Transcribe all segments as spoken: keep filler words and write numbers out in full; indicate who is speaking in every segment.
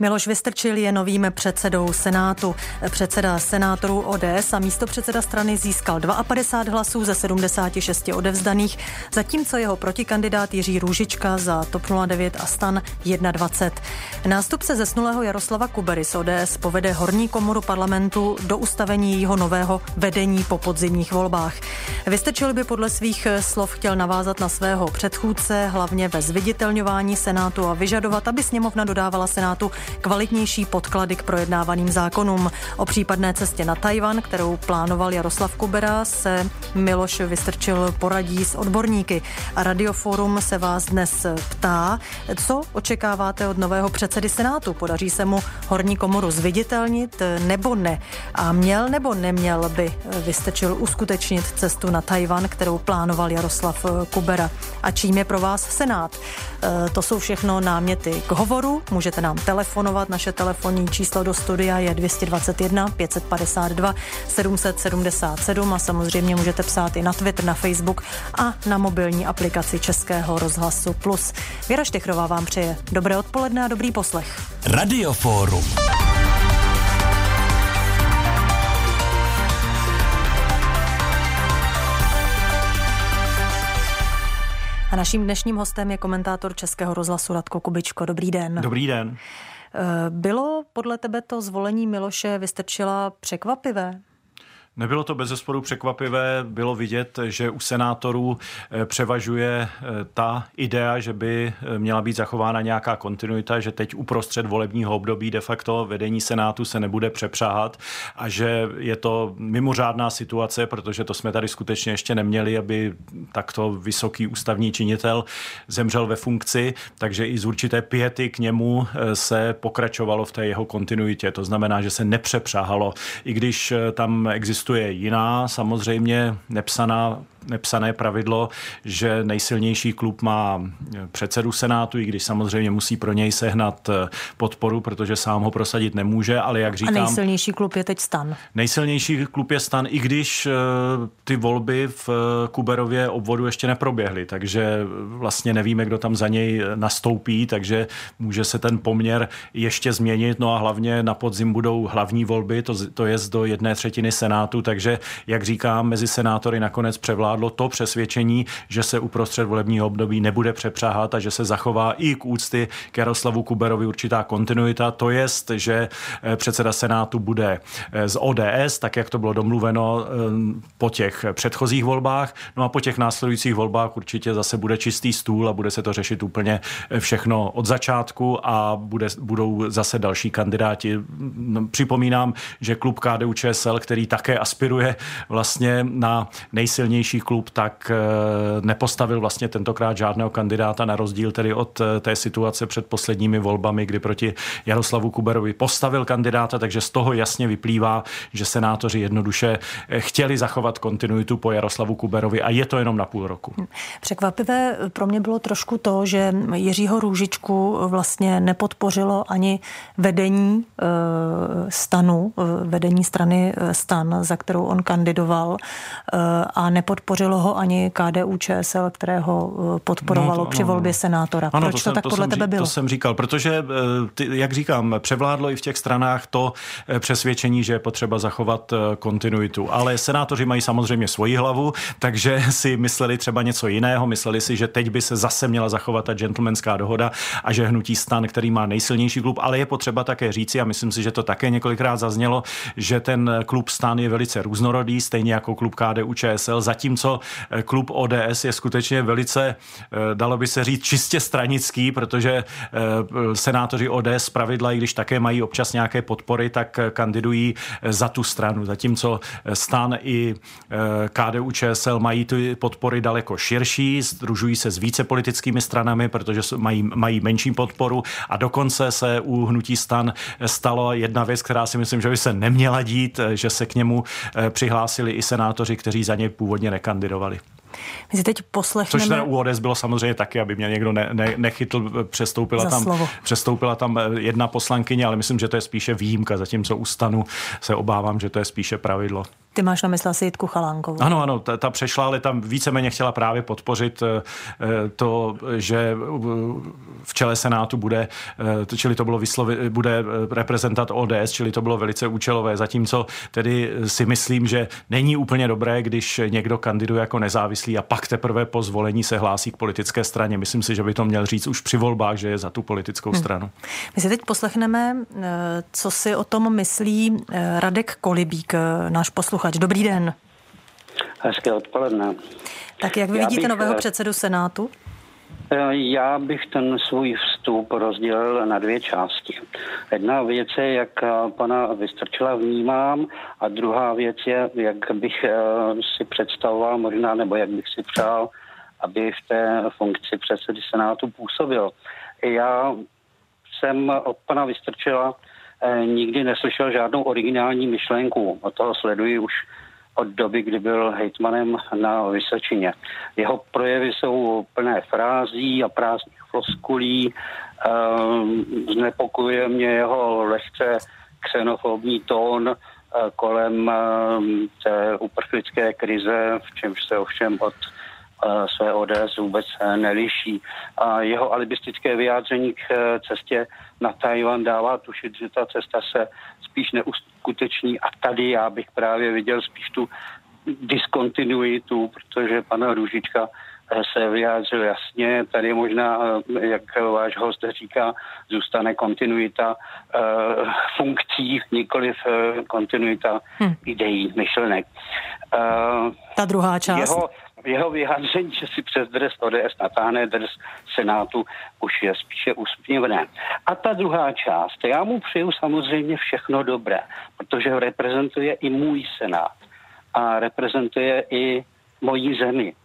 Speaker 1: Miloš Vystrčil je novým předsedou Senátu. Předseda senátorů O D S a místopředseda strany získal padesát dva hlasů ze sedmdesáti šesti odevzdaných, zatímco jeho protikandidát Jiří Růžička za TOP nula devět a STAN dvacet jedna. Nástupce zesnulého Jaroslava Kubery z O D S povede horní komoru parlamentu do ustavení jejího nového vedení po podzimních volbách. Vystrčil by podle svých slov chtěl navázat na svého předchůdce, hlavně ve zviditelňování Senátu a vyžadovat, aby sněmovna dodávala Senátu kvalitnější podklady k projednávaným zákonům. O případné cestě na Tchaj-wan, kterou plánoval Jaroslav Kubera, se Miloš Vystrčil poradí s odborníky. A Radioforum se vás dnes ptá, co očekáváte od nového předsedy Senátu? Podaří se mu horní komoru zviditelnit nebo ne? A měl nebo neměl by Vystrčil uskutečnit cestu na Tchaj-wan, kterou plánoval Jaroslav Kubera? A čím je pro vás Senát? To jsou všechno náměty k hovoru. Můžete nám telefonovat. Naše telefonní číslo do studia je dvě stě dvacet jedna pět set padesát dva sedm set sedmdesát sedm a samozřejmě můžete psát i na Twitter, na Facebook a na mobilní aplikaci Českého rozhlasu Plus. Věra Štechrová vám přeje dobré odpoledne a dobrý poslech.
Speaker 2: Radioforum.
Speaker 1: A naším dnešním hostem je komentátor Českého rozhlasu Radko Kubičko. Dobrý den.
Speaker 3: Dobrý den.
Speaker 1: Bylo podle tebe to zvolení Miloše Vystrčila překvapivé?
Speaker 3: Nebylo to bezesporu překvapivé, bylo vidět, že u senátorů převažuje ta idea, že by měla být zachována nějaká kontinuita, že teď uprostřed volebního období de facto vedení Senátu se nebude přepřáhat a že je to mimořádná situace, protože to jsme tady skutečně ještě neměli, aby takto vysoký ústavní činitel zemřel ve funkci, takže i z určité piety k němu se pokračovalo v té jeho kontinuitě. To znamená, že se nepřepřáhalo, i když tam existuje je jiná, samozřejmě nepsaná, nepsané pravidlo, že nejsilnější klub má předsedu Senátu, i když samozřejmě musí pro něj sehnat podporu, protože sám ho prosadit nemůže, ale jak říkám...
Speaker 1: A nejsilnější klub je teď STAN.
Speaker 3: Nejsilnější klub je STAN, i když ty volby v Kuberově obvodu ještě neproběhly, takže vlastně nevíme, kdo tam za něj nastoupí, takže může se ten poměr ještě změnit, no a hlavně na podzim budou hlavní volby, to, to je do jedné třetiny Senátu, takže, jak říkám, mezi senátory nakonec převládlo to přesvědčení, že se uprostřed volebního období nebude přepřáhat a že se zachová i k úcty k Jaroslavu Kuberovi určitá kontinuita, to jest, že předseda Senátu bude z O D S, tak jak to bylo domluveno po těch předchozích volbách, no a po těch následujících volbách určitě zase bude čistý stůl a bude se to řešit úplně všechno od začátku a bude, budou zase další kandidáti. Připomínám, že klub K D U Č S L, který také aspiruje vlastně na nejsilnější klub, tak nepostavil vlastně tentokrát žádného kandidáta, na rozdíl tedy od té situace před posledními volbami, kdy proti Jaroslavu Kuberovi postavil kandidáta, takže z toho jasně vyplývá, že senátoři jednoduše chtěli zachovat kontinuitu po Jaroslavu Kuberovi a je to jenom na půl roku.
Speaker 1: Překvapivé pro mě bylo trošku to, že Jiřího Růžičku vlastně nepodpořilo ani vedení STANu, vedení strany STAN, za kterou on kandidoval, a nepodpořilo ho ani K D U Č S L, kterého podporovalo no to, při volbě senátora.
Speaker 3: Ano,
Speaker 1: Proč to,
Speaker 3: to jsem,
Speaker 1: tak
Speaker 3: to
Speaker 1: podle
Speaker 3: jsem,
Speaker 1: tebe bylo?
Speaker 3: To jsem říkal, protože, ty, jak říkám, převládlo i v těch stranách to přesvědčení, že je potřeba zachovat kontinuitu. Ale senátoři mají samozřejmě svoji hlavu, takže si mysleli třeba něco jiného. Mysleli si, že teď by se zase měla zachovat ta gentlemanská dohoda a že hnutí STAN, který má nejsilnější klub, ale je potřeba také říci, a myslím si, že to také několikrát zaznělo, že ten klub STAN je velice různorodý, stejně jako klub K D U Č S L, zatímco klub O D S je skutečně velice, dalo by se říct, čistě stranický, protože senátoři O D S zpravidla, i když také mají občas nějaké podpory, tak kandidují za tu stranu. Zatímco STAN i K D U Č S L mají ty podpory daleko širší, sdružují se s více politickými stranami, protože mají, mají menší podporu a dokonce se u hnutí STAN stalo jedna věc, která si myslím, že by se neměla dít, že se k němu přihlásili i senátoři, kteří za něj původně nekandidovali.
Speaker 1: My si teď poslechneme...
Speaker 3: Což teda u O D S bylo samozřejmě taky, aby mě někdo ne, ne, nechytl, přestoupila tam, přestoupila tam jedna poslankyně, ale myslím, že to je spíše výjimka, zatímco u STANu se obávám, že to je spíše pravidlo.
Speaker 1: Ty máš na mysli asi Jitku Chalánkovou.
Speaker 3: Ano, ano, ta, ta přešla, ale tam víceméně chtěla právě podpořit to, že v čele Senátu bude, čili to bylo vyslovi, bude reprezentovat O D S, čili to bylo velice účelové, zatímco tedy si myslím, že není úplně dobré, když někdo kandiduje jako nezávislý a pak teprve po zvolení se hlásí k politické straně. Myslím si, že by to měl říct už při volbách, že je za tu politickou hmm. stranu.
Speaker 1: My si teď poslechneme, co si o tom myslí Radek Kolibík, náš posluchač. Dobrý den.
Speaker 2: Hezké odpoledne.
Speaker 1: Tak jak vy
Speaker 2: Já
Speaker 1: vidíte
Speaker 2: bych,
Speaker 1: nového předsedu Senátu?
Speaker 2: Já bych ten svůj vstup rozdělil na dvě části. Jedna věc je, jak pana Vystrčila vnímám, a druhá věc je, jak bych si představoval možná, nebo jak bych si přál, aby v té funkci předsedy Senátu působil. Já jsem od pana Vystrčila nikdy neslyšel žádnou originální myšlenku. O toho sleduji už od doby, kdy byl hejtmanem na Vysočině. Jeho projevy jsou plné frází a prázdných floskulí. Znepokojuje mě jeho lehce xenofobní tón kolem té uprchlické krize, v čemž se ovšem od své O D S vůbec neliší. A jeho alibistické vyjádření k cestě na Tajvan dává tušit, že ta cesta se spíš neuskuteční, a tady já bych právě viděl spíš tu diskontinuitu, protože pan Růžička se vyjádřil jasně. Tady možná, jak váš host říká, zůstane kontinuita uh, funkcí, nikoliv uh, kontinuita hmm. ideí, myšlenek. Uh,
Speaker 1: Ta druhá část.
Speaker 2: Jeho, jeho vyjádření, že si přes dres O D S natáhne dres Senátu, už je spíše úsměvné. A ta druhá část, já mu přeju samozřejmě všechno dobré, protože reprezentuje i můj Senát a reprezentuje i moji zemi.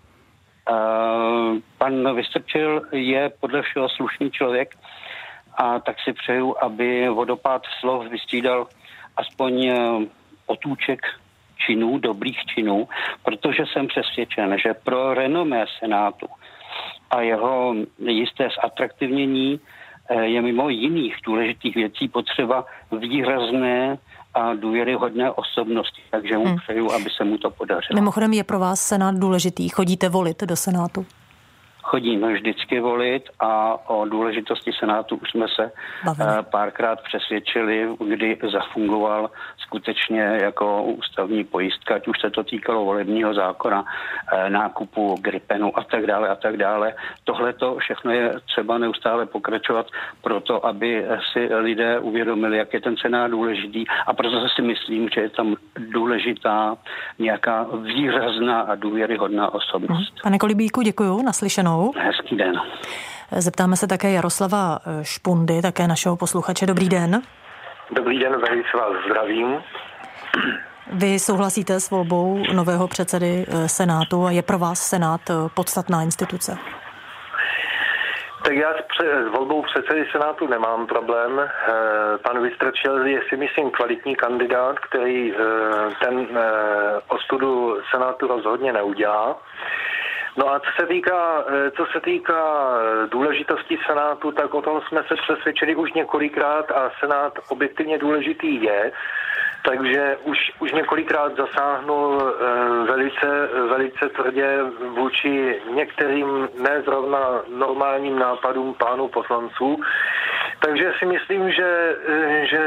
Speaker 2: Uh, pan Vystrčil je podle všeho slušný člověk, a tak si přeju, aby vodopád slov vystřídal aspoň uh, potůček činů, dobrých činů, protože jsem přesvědčen, že pro renomé Senátu a jeho jisté zatraktivnění je mimo jiných důležitých věcí potřeba výrazné a důvěryhodné osobnosti. Takže mu hmm. přeju, aby se mu to podařilo.
Speaker 1: Mimochodem, je pro vás Senát důležitý? Chodíte volit do Senátu?
Speaker 2: Chodíme vždycky volit a o důležitosti Senátu už jsme se Bavili. párkrát přesvědčili, kdy zafungoval skutečně jako ústavní pojistka, ať už se to týkalo volebního zákona, nákupu gripenu a tak dále a tak dále. Tohle to všechno je třeba neustále pokračovat proto, aby si lidé uvědomili, jak je ten Senát důležitý, a proto si myslím, že je tam důležitá nějaká výrazná a důvěryhodná osobnost.
Speaker 1: Pane Kolibíku, děkuju, naslyšenou.
Speaker 2: Hezký den.
Speaker 1: Zeptáme se také Jaroslava Špundy, také našeho posluchače. Dobrý den.
Speaker 4: Dobrý den, velice vás zdravím.
Speaker 1: Vy souhlasíte s volbou nového předsedy Senátu a je pro vás Senát podstatná instituce?
Speaker 4: Tak já s volbou předsedy Senátu nemám problém. Pan Vystrčil je, si myslím, kvalitní kandidát, který ten ostudu Senátu rozhodně neudělá. No a co se týká, co se týká důležitosti Senátu, tak o tom jsme se přesvědčili už několikrát a Senát objektivně důležitý je, takže už, už několikrát zasáhnul velice, velice tvrdě vůči některým nezrovna normálním nápadům pánů poslanců. Takže si myslím, že, že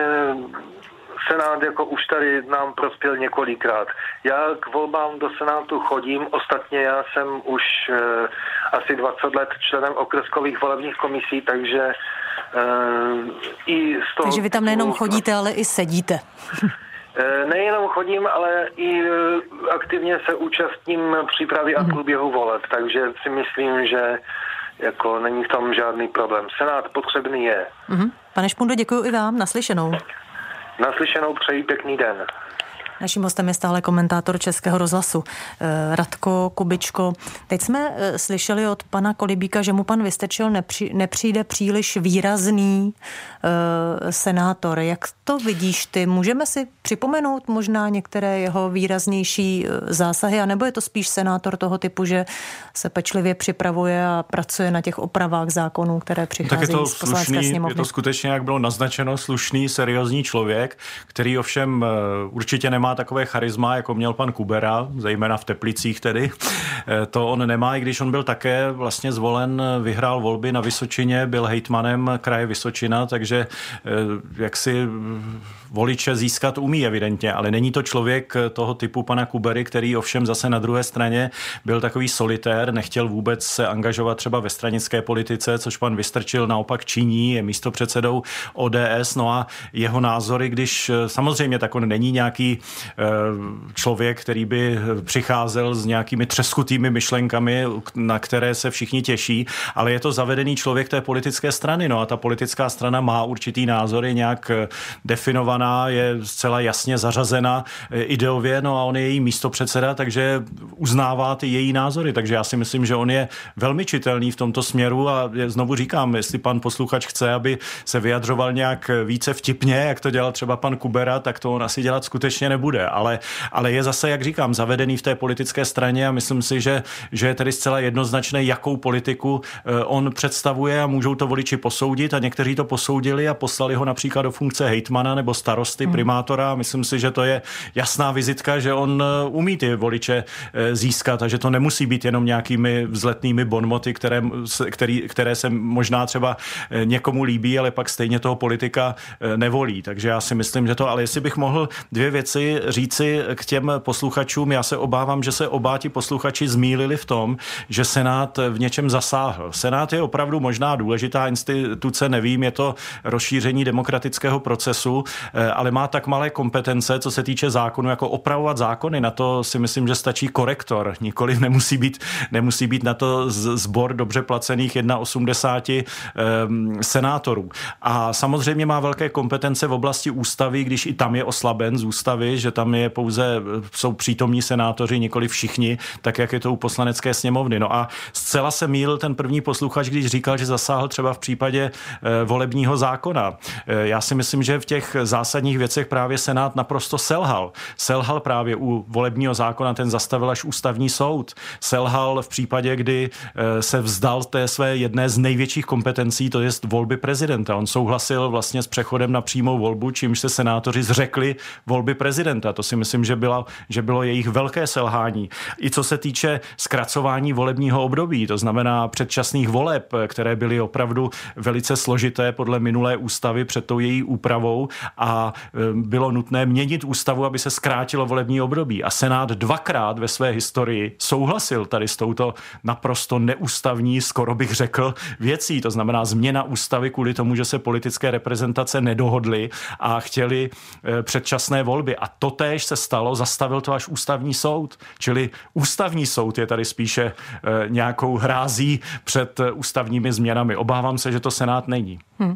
Speaker 4: Senát jako už tady nám prospěl několikrát. Já k volbám do Senátu chodím, ostatně já jsem už e, asi dvacet let členem okrskových volebních komisí, takže e, i z toho...
Speaker 1: Takže vy tam nejenom chodíte, ale i sedíte.
Speaker 4: e, nejenom chodím, ale i e, aktivně se účastním přípravy a průběhu voleb, takže si myslím, že jako není v tom žádný problém. Senát potřebný je.
Speaker 1: Mm-hmm. Pane Špundo, děkuji i vám, naslyšenou.
Speaker 4: Naslyšenou, přeji pěkný den.
Speaker 1: Naším hostem je stále komentátor Českého rozhlasu Radko Kubičko. Teď jsme slyšeli od pana Kolibíka, že mu pan Vystrčil nepři, nepřijde příliš výrazný uh, senátor. Jak to to vidíš ty? Můžeme si připomenout možná některé jeho výraznější zásahy, anebo je to spíš senátor toho typu, že se pečlivě připravuje a pracuje na těch opravách zákonů, které přicházejí z Poslanecké sněmovny?
Speaker 3: Je to skutečně, jak bylo naznačeno, slušný, seriózní člověk, který ovšem určitě nemá takové charisma, jako měl pan Kubera, zejména v Teplicích tedy. To on nemá, i když on byl také vlastně zvolen, vyhrál volby na Vysočině, byl hejtmanem kraje Vysočina, takže jak si voliče získat umí evidentně, ale není to člověk toho typu pana Kubery, který ovšem zase na druhé straně byl takový solitér, nechtěl vůbec se angažovat třeba ve stranické politice, což pan Vystrčil naopak činí, je místopředsedou O D S, no a jeho názory, když samozřejmě tak on není nějaký člověk, který by přicházel s nějakými třeskutými myšlenkami, na které se všichni těší, ale je to zavedený člověk té politické strany, no a ta politická strana má určitý názory, nějak definovaná, je zcela jasně zařazena ideově, no a on je její místopředseda, takže uznává ty její názory, takže já si myslím, že on je velmi čitelný v tomto směru a znovu říkám, jestli pan posluchač chce, aby se vyjadřoval nějak více vtipně, jak to dělal třeba pan Kubera, tak to on asi dělat skutečně nebude, ale, ale je zase, jak říkám, zavedený v té politické straně a myslím si, že, že je tedy zcela jednoznačné, jakou politiku on představuje a můžou to voliči posoudit a někteří to posoudili a poslali ho například do funkce hejtmana nebo starosty, hmm. primátora. Myslím si, že to je jasná vizitka, že on umí ty voliče získat a že to nemusí být jenom nějakými vzletnými bonmoty, které, který, které se možná třeba někomu líbí, ale pak stejně toho politika nevolí. Takže já si myslím, že to, ale jestli bych mohl dvě věci říci k těm posluchačům, já se obávám, že se oba ti posluchači zmýlili v tom, že Senát v něčem zasáhl. Senát je opravdu možná důležitá instituce, nevím, je to rozšíření demokratického procesu, ale má tak malé kompetence, co se týče zákonu, jako opravovat zákony. Na to si myslím, že stačí korektor. Nikoliv nemusí být, nemusí být na to sbor dobře placených osmdesát jedna um, senátorů. A samozřejmě má velké kompetence v oblasti ústavy, když i tam je oslaben z ústavy, že tam je pouze, jsou přítomní senátoři, nikoli všichni, tak jak je to u Poslanecké sněmovny. No a zcela se mýlil ten první posluchač, když říkal, že zasáhl třeba v případě e, volebního zákona. E, já si myslím, že v těch zásadních věcech právě Senát naprosto selhal. Selhal právě u volebního zákona, ten zastavil až ústavní soud. Selhal v případě, kdy e, se vzdal té své jedné z největších kompetencí, to je volby prezidenta. On souhlasil vlastně s přechodem na přímou volbu, čímž se senátoři zřekli volby prezidenta. To si myslím, že bylo, že bylo jejich velké selhání. I co se týče zkracování volebního období, to znamená předčasných voleb, které byly opravdu velice složité podle minulé ústavy před tou její úpravou a bylo nutné měnit ústavu, aby se zkrátilo volební období. A Senát dvakrát ve své historii souhlasil tady s touto naprosto neústavní, skoro bych řekl, věcí. To znamená změna ústavy kvůli tomu, že se politické reprezentace nedohodly a chtěli předčasné volby. A totéž se stalo, zastavil to až ústavní soud. Čili ústavní soud je tady spíše nějakou hrází před ústavními změnami. Obávám se, že to Senát není. Hmm.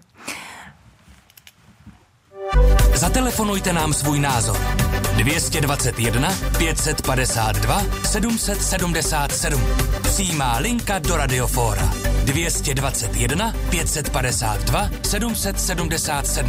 Speaker 5: Zatelefonujte nám svůj názor. dvě stě dvacet jedna pět set padesát dva sedm set sedmdesát sedm. Přímá linka do Radiofóra. dvě stě dvacet jedna pět set padesát dva sedm set sedmdesát sedm.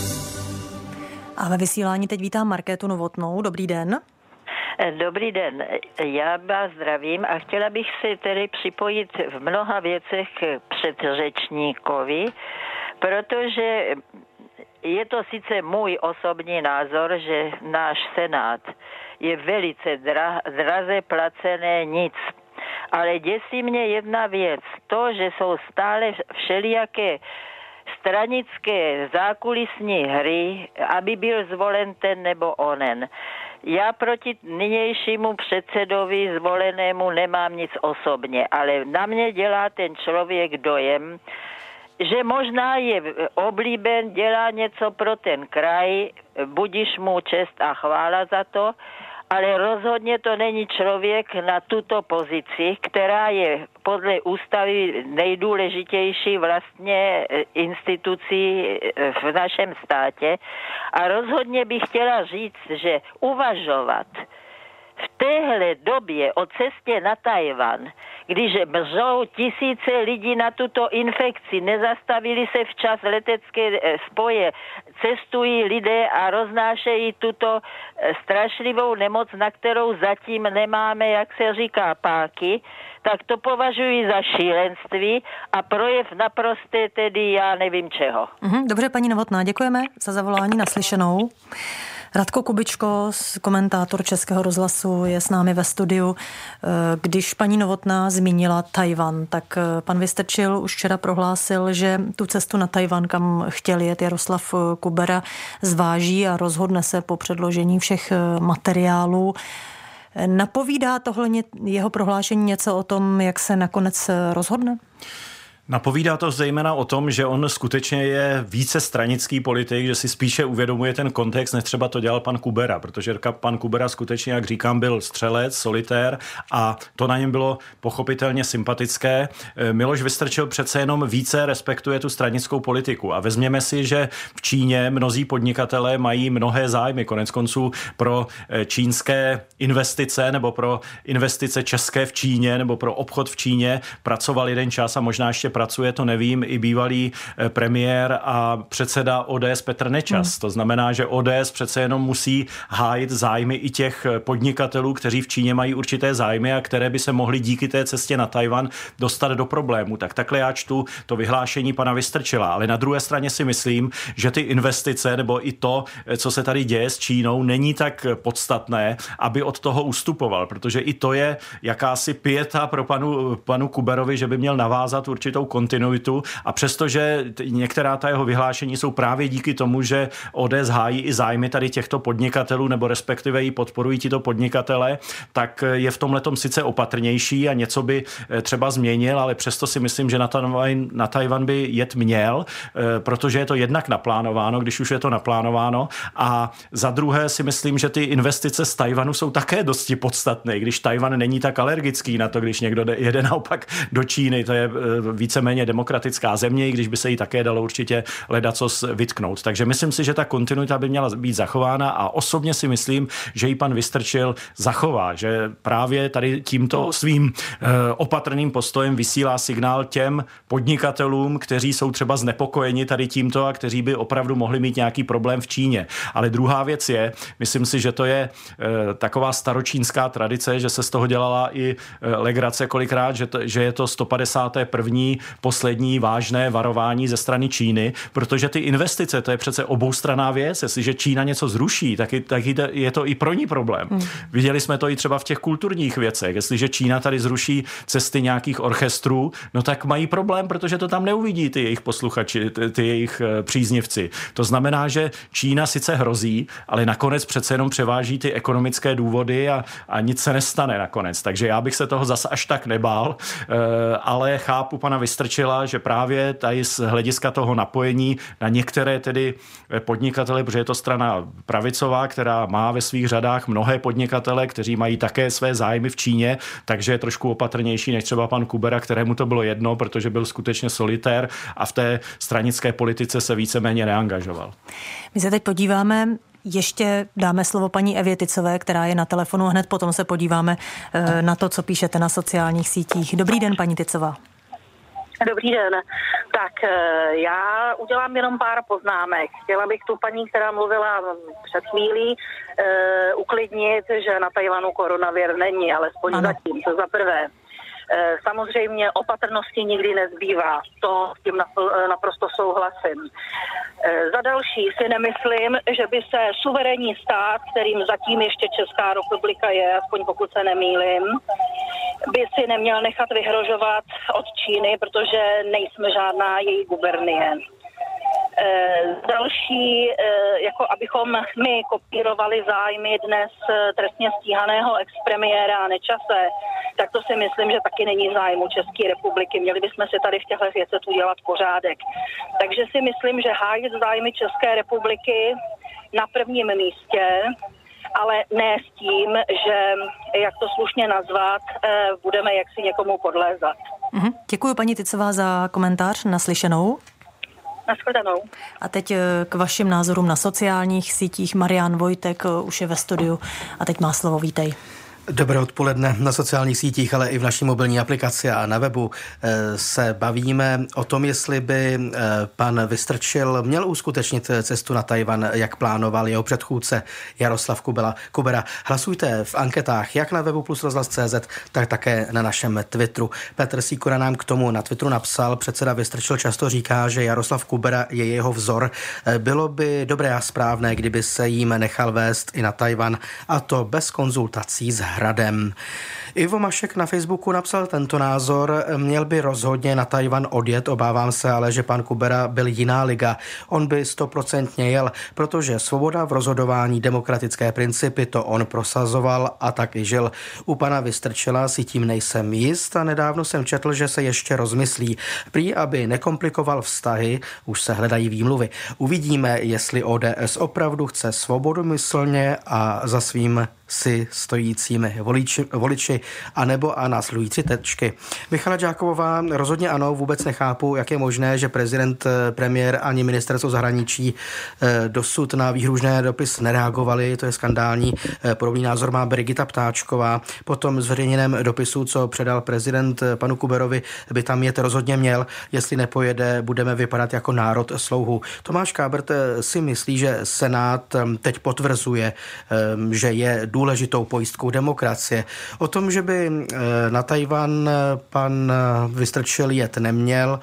Speaker 1: A ve vysílání teď vítám Markétu Novotnou. Dobrý den.
Speaker 6: Dobrý den, já vás zdravím a chtěla bych se tedy připojit v mnoha věcech k předřečníkovi, protože je to sice můj osobní názor, že náš Senát je velice dra, draze placené nic, ale děsí mě jedna věc, to, že jsou stále všelijaké stranické zákulisní hry, aby byl zvolen ten nebo onen. Já proti nynějšímu předsedovi zvolenému nemám nic osobně, ale na mě dělá ten člověk dojem, že možná je oblíben, dělá něco pro ten kraj, budiš mu čest a chvála za to, ale rozhodně to není člověk na tuto pozici, která je podle ústavy nejdůležitější vlastně institucí v našem státě. A rozhodně bych chtěla říct, že uvažovat v téhle době o cestě na Tajvan, když mrzou tisíce lidí na tuto infekci, nezastavili se včas letecké spoje, cestují lidé a roznášejí tuto strašlivou nemoc, na kterou zatím nemáme, jak se říká, páky, tak to považuji za šílenství a projev naprosté tedy já nevím čeho.
Speaker 1: Dobře, paní Novotná, děkujeme za zavolání, naslyšenou. Radko Kubičko, komentátor Českého rozhlasu, je s námi ve studiu. Když paní Novotná zmínila Tajvan, tak pan Vystrčil už včera prohlásil, že tu cestu na Tajvan, kam chtěl jet Jaroslav Kubera, zváží a rozhodne se po předložení všech materiálů. Napovídá tohle jeho prohlášení něco o tom, jak se nakonec rozhodne?
Speaker 3: Napovídá to zejména o tom, že on skutečně je více stranický politik, že si spíše uvědomuje ten kontext, než třeba to dělal pan Kubera, protože pan Kubera skutečně, jak říkám, byl střelec, solitér a to na něm bylo pochopitelně sympatické. Miloš Vystrčil přece jenom více respektuje tu stranickou politiku a vezměme si, že v Číně mnozí podnikatelé mají mnohé zájmy. Konec konců pro čínské investice nebo pro investice české v Číně nebo pro obchod v Číně pracoval jeden čas a možná ještě pracuje, to nevím, i bývalý premiér a předseda O D S Petr Nečas. Hmm. To znamená, že O D S přece jenom musí hájit zájmy i těch podnikatelů, kteří v Číně mají určité zájmy a které by se mohly díky té cestě na Tajvan dostat do problému. Tak takhle já čtu to vyhlášení pana Vystrčila. Ale na druhé straně si myslím, že ty investice nebo i to, co se tady děje s Čínou, není tak podstatné, aby od toho ustupoval, protože i to je jakási pieta pro panu, panu Kuberovi, že by měl navázat určitou kontinuitu a přestože některá ta jeho vyhlášení jsou právě díky tomu, že O D S hájí i zájmy tady těchto podnikatelů nebo respektive ji podporují tito podnikatele, tak je v tomhletom sice opatrnější a něco by třeba změnil, ale přesto si myslím, že na Tajvan, na Tajvan by jet měl, protože je to jednak naplánováno, když už je to naplánováno a za druhé si myslím, že ty investice z Tajvanu jsou také dosti podstatné, když Tajvan není tak alergický na to, když někdo jede naopak do Číny, to je víceméně demokratická země, i když by se jí také dalo určitě ledacos vytknout. Takže myslím si, že ta kontinuita by měla být zachována a osobně si myslím, že ji pan Vystrčil zachová, že právě tady tímto svým e, opatrným postojem vysílá signál těm podnikatelům, kteří jsou třeba znepokojeni tady tímto a kteří by opravdu mohli mít nějaký problém v Číně. Ale druhá věc je, myslím si, že to je e, taková staročínská tradice, že se z toho dělala i e, legrace kolikrát, že, to, že je to sto padesáté první poslední vážné varování ze strany Číny, protože ty investice, to je přece oboustranná věc. Jestliže Čína něco zruší, tak, je, tak je to i pro ní problém. Hmm. Viděli jsme to i třeba v těch kulturních věcech. Jestliže Čína tady zruší cesty nějakých orchestrů, no tak mají problém, protože to tam neuvidí ty jejich posluchači, ty, ty jejich příznivci. To znamená, že Čína sice hrozí, ale nakonec přece jenom převáží ty ekonomické důvody a, a nic se nestane nakonec. Takže já bych se toho zas až tak nebál, ale chápu pana Vystrčila, že právě tady z hlediska toho napojení na některé tedy podnikatele, protože je to strana pravicová, která má ve svých řadách mnohé podnikatele, kteří mají také své zájmy v Číně, takže je trošku opatrnější než třeba pan Kubera, kterému to bylo jedno, protože byl skutečně solitér a v té stranické politice se víceméně neangažoval.
Speaker 1: My se teď podíváme, ještě dáme slovo paní Evě Ticové, která je na telefonu, hned potom se podíváme na to, co píšete na sociálních sítích. Dobrý den, paní Ticová.
Speaker 7: Dobrý den. Tak já udělám jenom pár poznámek. Chtěla bych tu paní, která mluvila před chvílí, uklidnit, že na Tajvanu koronavir není, alespoň ano. Zatím, to za prvé. Samozřejmě opatrnosti nikdy nezbývá, to s tím naprosto souhlasím. Za další si nemyslím, že by se suverénní stát, kterým zatím ještě Česká republika je, aspoň pokud se nemýlim, by si neměl nechat vyhrožovat od Číny, protože nejsme žádná její gubernie. Další, jako abychom my kopírovali zájmy dnes trestně stíhaného expremiéra Nečase, tak to si myslím, že taky není zájmu České republiky. Měli bychom si tady v těchto věcech udělat pořádek. Takže si myslím, že hájit zájmy České republiky na prvním místě, ale ne s tím, že, jak to slušně nazvat, budeme jaksi někomu podlézat.
Speaker 1: Mhm. Děkuji paní Ticová za komentář, naslyšenou.
Speaker 7: Nashledanou.
Speaker 1: A teď k vašim názorům na sociálních sítích. Marián Vojtek už je ve studiu a teď má slovo, vítej.
Speaker 8: Dobré odpoledne. Na sociálních sítích, ale i v naší mobilní aplikaci a na webu se bavíme o tom, jestli by pan Vystrčil měl uskutečnit cestu na Tajvan, jak plánoval jeho předchůdce Jaroslav Kubela, Kubera. Hlasujte v anketách jak na webu plus rozhlas tečka cé zet, tak také na našem Twitteru. Petr Sýkora nám k tomu na Twitteru napsal, předseda Vystrčil často říká, že Jaroslav Kubera je jeho vzor. Bylo by dobré a správné, kdyby se jím nechal vést i na Tajvan, a to bez konzultací s Hradem. Ivo Mašek na Facebooku napsal tento názor: měl by rozhodně na Tajvan odjet, obávám se ale, že pan Kubera byl jiná liga. On by stoprocentně jel, protože svoboda v rozhodování, demokratické principy, to on prosazoval a tak i žil. U pana Vystrčila si tím nejsem jist a nedávno jsem četl, že se ještě rozmyslí. Prý, aby nekomplikoval vztahy, už se hledají výmluvy. Uvidíme, jestli O D S opravdu chce svobodomyslně a za svým si stojícími voliči, voliči, anebo a následující tečky. Michala Džákovová: rozhodně ano, vůbec nechápu, jak je možné, že prezident, premiér ani ministerstvo zahraničí dosud na výhružné dopis nereagovali, to je skandální. Podobný názor má Brigita Ptáčková. Po tom zveřejněném dopisu, co předal prezident panu Kuberovi, by tam jet rozhodně měl. Jestli nepojede, budeme vypadat jako národ slouhů. Tomáš Kábert si myslí, že Senát teď potvrzuje, že je důležitou pojistkou demokracie. O tom, že by na Tajvan pan Vystrčil jet neměl,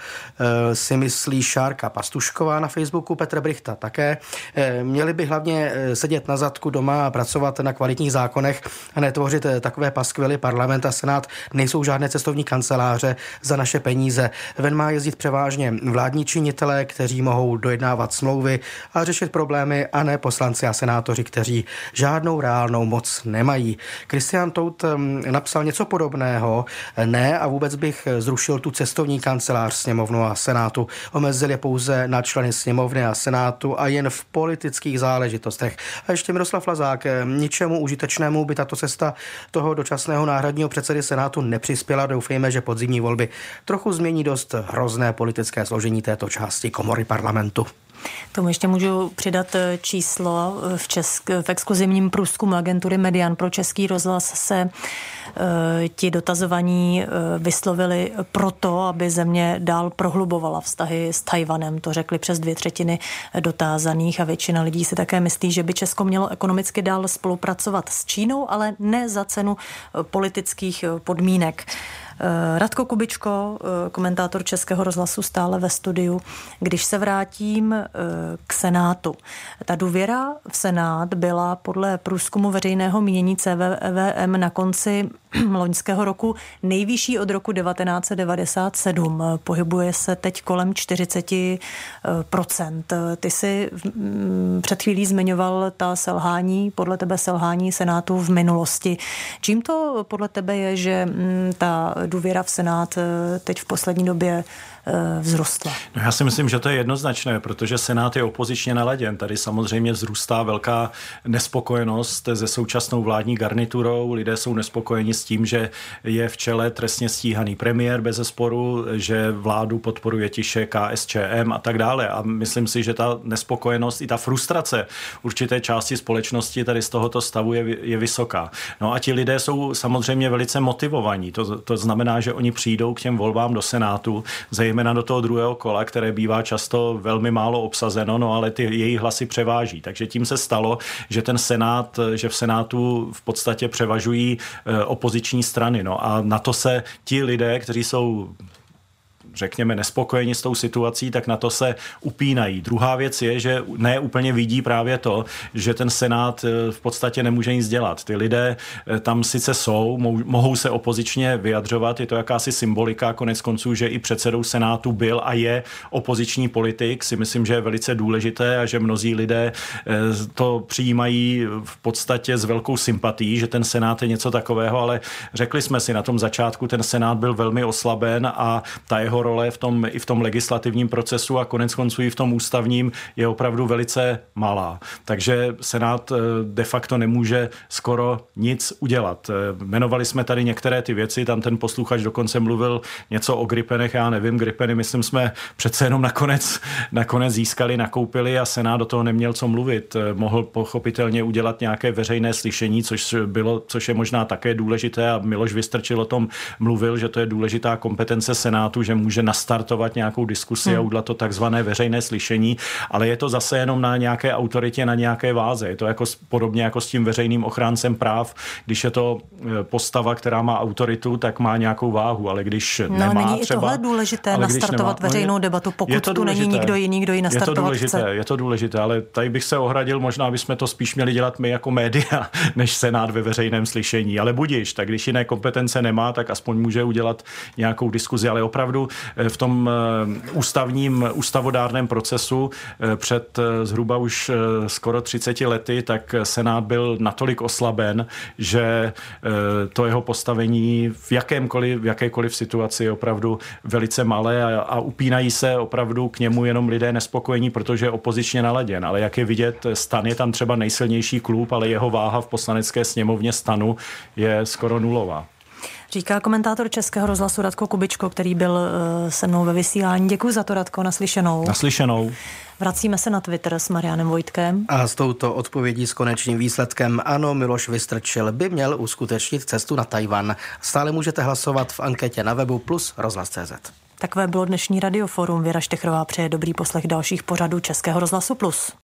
Speaker 8: si myslí Šárka Pastušková na Facebooku, Petr Brichta také. Měli by hlavně sedět na zadku doma a pracovat na kvalitních zákonech a netvořit takové paskvily. Parlament a Senát nejsou žádné cestovní kanceláře za naše peníze. Ven má jezdit převážně vládní činitelé, kteří mohou dojednávat smlouvy a řešit problémy, a ne poslanci a senátoři, kteří žádnou reálnou moc nemají. Kristián Tout napsal něco podobného. Ne, a vůbec bych zrušil tu cestovní kancelář sněmovnu a senátu. Omezil je pouze na členy sněmovny a senátu a jen v politických záležitostech. A ještě Miroslav Lazák: ničemu užitečnému by tato cesta toho dočasného náhradního předsedy senátu nepřispěla. Doufejme, že podzimní volby trochu změní dost hrozné politické složení této části komory parlamentu.
Speaker 1: Tomu ještě můžu přidat číslo. V, česk, v exkluzivním průzkumu agentury Median pro Český rozhlas se e, ti dotazovaní e, vyslovili proto, aby země dál prohlubovala vztahy s Tajvanem. To řekli přes dvě třetiny dotázaných a většina lidí si také myslí, že by Česko mělo ekonomicky dál spolupracovat s Čínou, ale ne za cenu politických podmínek. Radko Kubičko, komentátor Českého rozhlasu, stále ve studiu. Když se vrátím k Senátu. Ta důvěra v Senát byla podle průzkumu veřejného mínění C V V M na konci loňského roku nejvyšší od roku devatenáct set devadesát sedm. Pohybuje se teď kolem čtyřicet procent. Ty jsi před chvílí zmiňoval ta selhání, podle tebe selhání Senátu v minulosti. Čím to podle tebe je, že ta důvěra v Senát teď v poslední době vzrostla?
Speaker 3: No, já si myslím, že to je jednoznačné, protože Senát je opozičně naladěn. Tady samozřejmě vzrůstá velká nespokojenost se současnou vládní garniturou. Lidé jsou nespokojeni s tím, že je v čele trestně stíhaný premiér bezesporu, že vládu podporuje tiše K S Č M a tak dále. A myslím si, že ta nespokojenost i ta frustrace určité části společnosti tady z tohoto stavu je, je vysoká. No a ti lidé jsou samozřejmě velice motivovaní. To, to znamená, že oni přijdou k těm volbám do Senátu, zejména do toho druhého kola, které bývá často velmi málo obsazeno, no ale ty její hlasy převáží. Takže tím se stalo, že ten Senát, že v Senátu v podstatě převažují opoziční strany. No a na to se ti lidé, kteří jsou, řekněme, nespokojeni s tou situací, tak na to se upínají. Druhá věc je, že ne úplně vidí právě to, že ten Senát v podstatě nemůže nic dělat. Ty lidé tam sice jsou, mohou se opozičně vyjadřovat, je to jakási symbolika, konec konců, že i předsedou Senátu byl a je opoziční politik, si myslím, že je velice důležité a že mnozí lidé to přijímají v podstatě s velkou sympatií, že ten Senát je něco takového, ale řekli jsme si na tom začátku, ten Senát byl velmi oslaben a ta jeho role v tom, i v tom legislativním procesu a konec konců i v tom ústavním je opravdu velice malá. Takže Senát de facto nemůže skoro nic udělat. Jmenovali jsme tady některé ty věci, tam ten posluchač dokonce mluvil něco o gripenech, já nevím, gripeny, myslím, jsme přece jenom nakonec, nakonec získali, nakoupili a Senát do toho neměl co mluvit. Mohl pochopitelně udělat nějaké veřejné slyšení, což bylo, což je možná také důležité a Miloš Vystrčil o tom mluvil, že to je důležitá kompetence Senátu, že může nastartovat nějakou diskusi hmm. a udělat to takzvané veřejné slyšení, ale je to zase jenom na nějaké autoritě, na nějaké váze. Je to jako podobně jako s tím veřejným ochráncem práv, když je to postava, která má autoritu, tak má nějakou váhu, ale když
Speaker 1: no,
Speaker 3: nemá
Speaker 1: není
Speaker 3: třeba...
Speaker 1: i tohle důležité nastartovat nemá, veřejnou
Speaker 3: no je,
Speaker 1: debatu, pokud tu není nikdo jiný, kdo ji nastartovat
Speaker 3: je to důležité,
Speaker 1: chce.
Speaker 3: Je to důležité, ale tady bych se ohradil, možná bychom to spíš měli dělat my jako média, než Senát ve veřejném slyšení, ale budiš, tak když jiné kompetence nemá, tak aspoň může udělat nějakou diskuzi, ale opravdu v tom ústavním, ústavodárném procesu před zhruba už skoro třiceti lety, tak Senát byl natolik oslaben, že to jeho postavení v jakémkoliv, v jakékoliv situaci je opravdu velice malé a, a upínají se opravdu k němu jenom lidé nespokojení, protože je opozičně naladěn. Ale jak je vidět, STAN je tam třeba nejsilnější klub, ale jeho váha v poslanecké sněmovně STANu je skoro nulová.
Speaker 1: Říká komentátor Českého rozhlasu Radko Kubičko, který byl se mnou ve vysílání. Děkuji za to, Radko, naslyšenou.
Speaker 3: Naslyšenou. Vracíme se na Twitter s Marianem Vojtkem.
Speaker 8: A s touto odpovědí s konečným výsledkem ano, Miloš Vystrčil by měl uskutečnit cestu na Tajvan. Stále můžete hlasovat v anketě na webu plus rozhlas tečka cé zet.
Speaker 1: Takové bylo dnešní Radioforum. Věra Štechrová přeje dobrý poslech dalších pořadů Českého rozhlasu Plus.